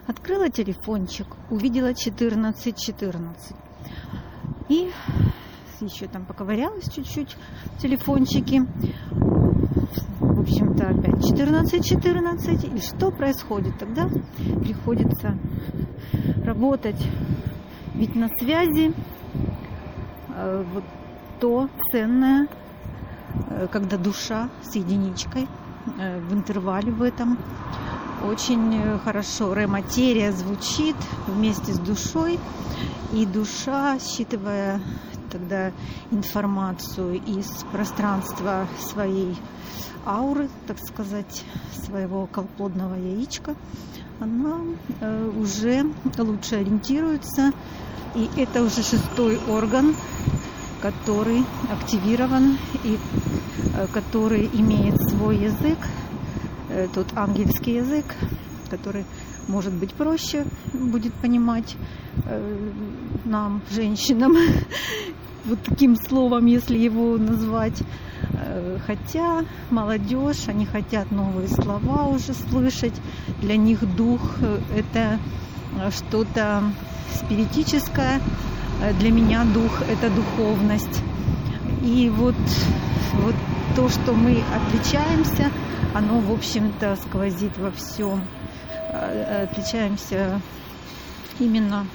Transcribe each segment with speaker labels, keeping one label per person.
Speaker 1: Открыла телефончик, увидела 14:14. И еще там поковырялась чуть-чуть в телефончике. В общем-то, опять 14:14. И что происходит? Тогда приходится работать. Ведь на связи вот то ценное, когда душа с единичкой в интервале в этом. Очень хорошо ре-материя звучит вместе с душой. И душа, считывая тогда информацию из пространства своей ауры, так сказать, своего колоплодного яичка, она уже лучше ориентируется. И это уже 6-й орган, который активирован и который имеет свой язык, тот ангельский язык, который, может быть, проще будет понимать нам, женщинам, вот таким словом, если его назвать. Хотя молодежь, они хотят новые слова уже слышать. Для них дух – это что-то спиритическое. Для меня дух – это духовность. И вот то, что мы отличаемся, оно, в общем-то, сквозит во всем. Отличаемся именно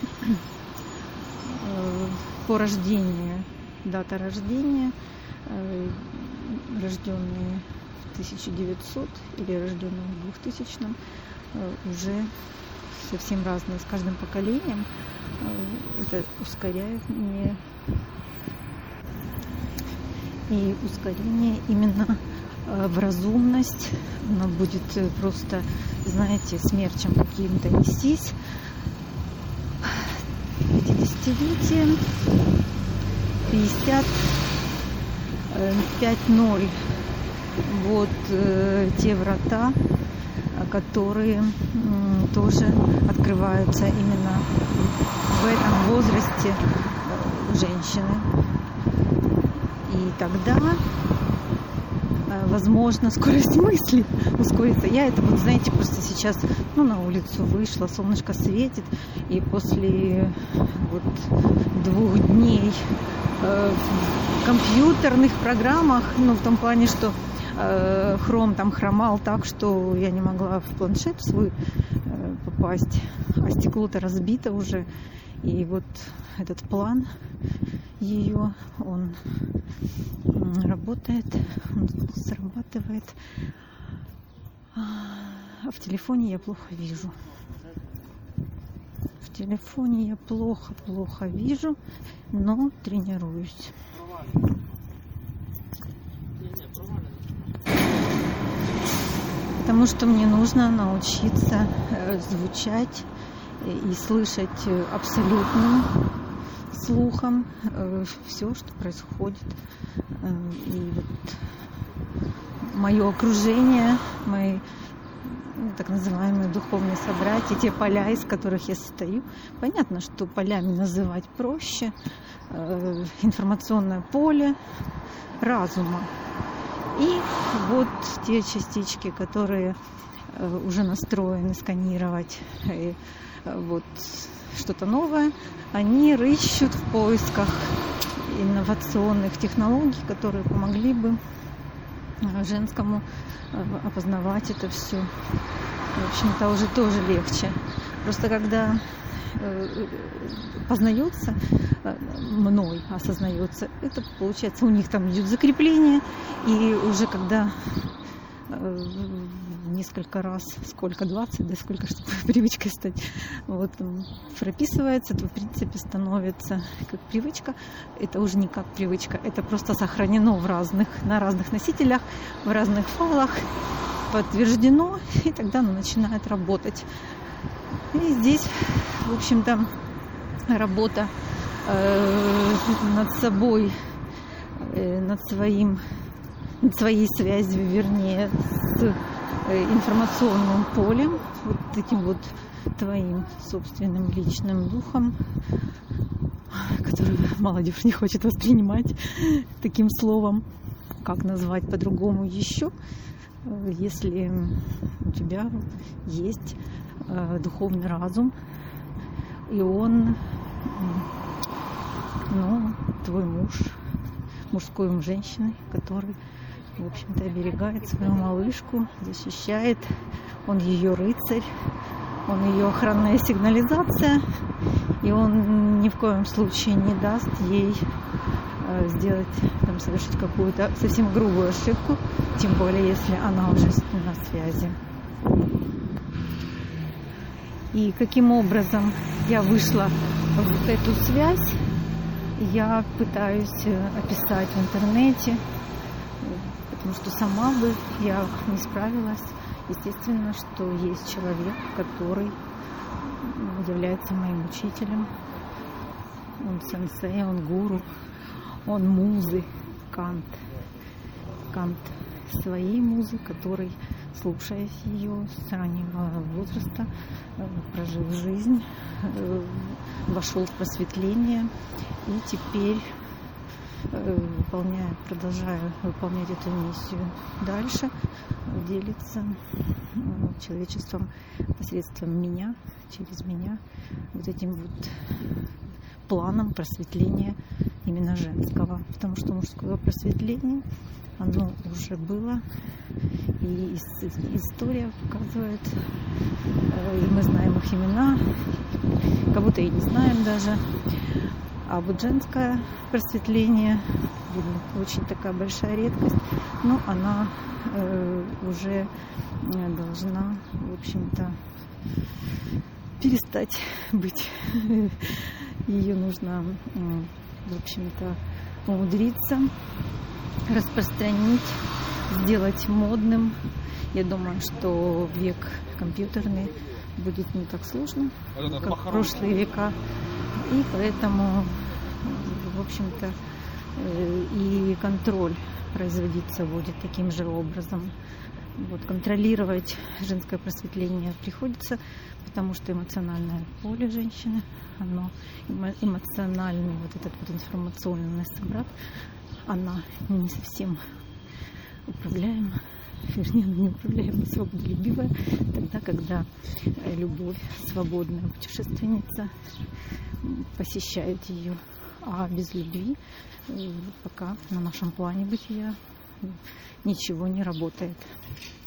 Speaker 1: по рождению. Дата рождения, рожденные в 1900 или рожденные в 2000, уже совсем разные. С каждым поколением это ускоряет мне. И ускорение именно в разумность. Оно будет просто, знаете, смерчем каким-то нестись. 50-летие, 55-0. Вот те врата, которые тоже открываются именно в этом возрасте женщины. И тогда, возможно, скорость мысли ускорится. Я это, вот, знаете, просто сейчас на улицу вышла, солнышко светит, и после 2 дней в компьютерных программах, в том плане, что Chrome там хромал так, что я не могла в планшет свой попасть, а стекло-то разбито уже. И вот этот план ее, он работает, он срабатывает. А в телефоне я плохо вижу. В телефоне я плохо вижу, но тренируюсь. Потому что мне нужно научиться звучать и слышать абсолютным слухом все, что происходит. И вот мое окружение, мои так называемые духовные собратья, те поля, из которых я состою. Понятно, что полями называть проще. Информационное поле разума. И вот те частички, которые уже настроены сканировать вот что-то новое, они рыщут в поисках инновационных технологий, которые помогли бы женскому опознавать это все. В общем-то, уже тоже легче. Просто когда познается мной, осознается, это получается, у них там идет закрепление, и уже когда несколько раз, сколько, 20, да сколько, чтобы привычкой стать, вот, прописывается, то в принципе становится как привычка. Это уже не как привычка, это просто сохранено на разных носителях, в разных файлах, подтверждено, и тогда оно начинает работать. И здесь, в общем-то, работа над собой, над своей связью, вернее, с информационным полем, вот таким вот твоим собственным личным духом, который молодежь не хочет воспринимать таким словом. Как назвать по-другому еще, если у тебя есть духовный разум, и он, твой муж, мужской ум женщины, который, в общем-то, оберегает свою малышку, защищает. Он ее рыцарь, он ее охранная сигнализация, и он ни в коем случае не даст ей совершить какую-то совсем грубую ошибку, тем более, если она уже на связи. И каким образом я вышла в эту связь, я пытаюсь описать в интернете, потому что сама бы я не справилась. Естественно, что есть человек, который является моим учителем. Он сенсей, он гуру, он музы, Кант. Кант своей музы, который, слушаясь ее с раннего возраста, прожив жизнь, вошел в просветление и теперь, продолжая выполнять эту миссию дальше, делится человечеством посредством меня, через меня, вот этим вот планом просветления именно женского, потому что мужское просветление, оно уже было, и история показывает, и мы знаем их имена, кого-то и не знаем даже. А вот женское просветление, очень такая большая редкость, но она уже должна, в общем-то, перестать быть. Ее нужно, в общем-то, умудриться распространить, сделать модным. Я думаю, что век компьютерный будет не так сложно, как в прошлые века. И поэтому, в общем-то, и контроль производиться будет таким же образом. Вот, контролировать женское просветление приходится, потому что эмоциональное поле женщины, оно эмоциональный, вот этот вот информационный собрат, она не совсем управляема, вернее, она неуправляемая, свободолюбивая, тогда, когда любовь, свободная путешественница посещает ее. А без любви пока на нашем плане бытия ничего не работает.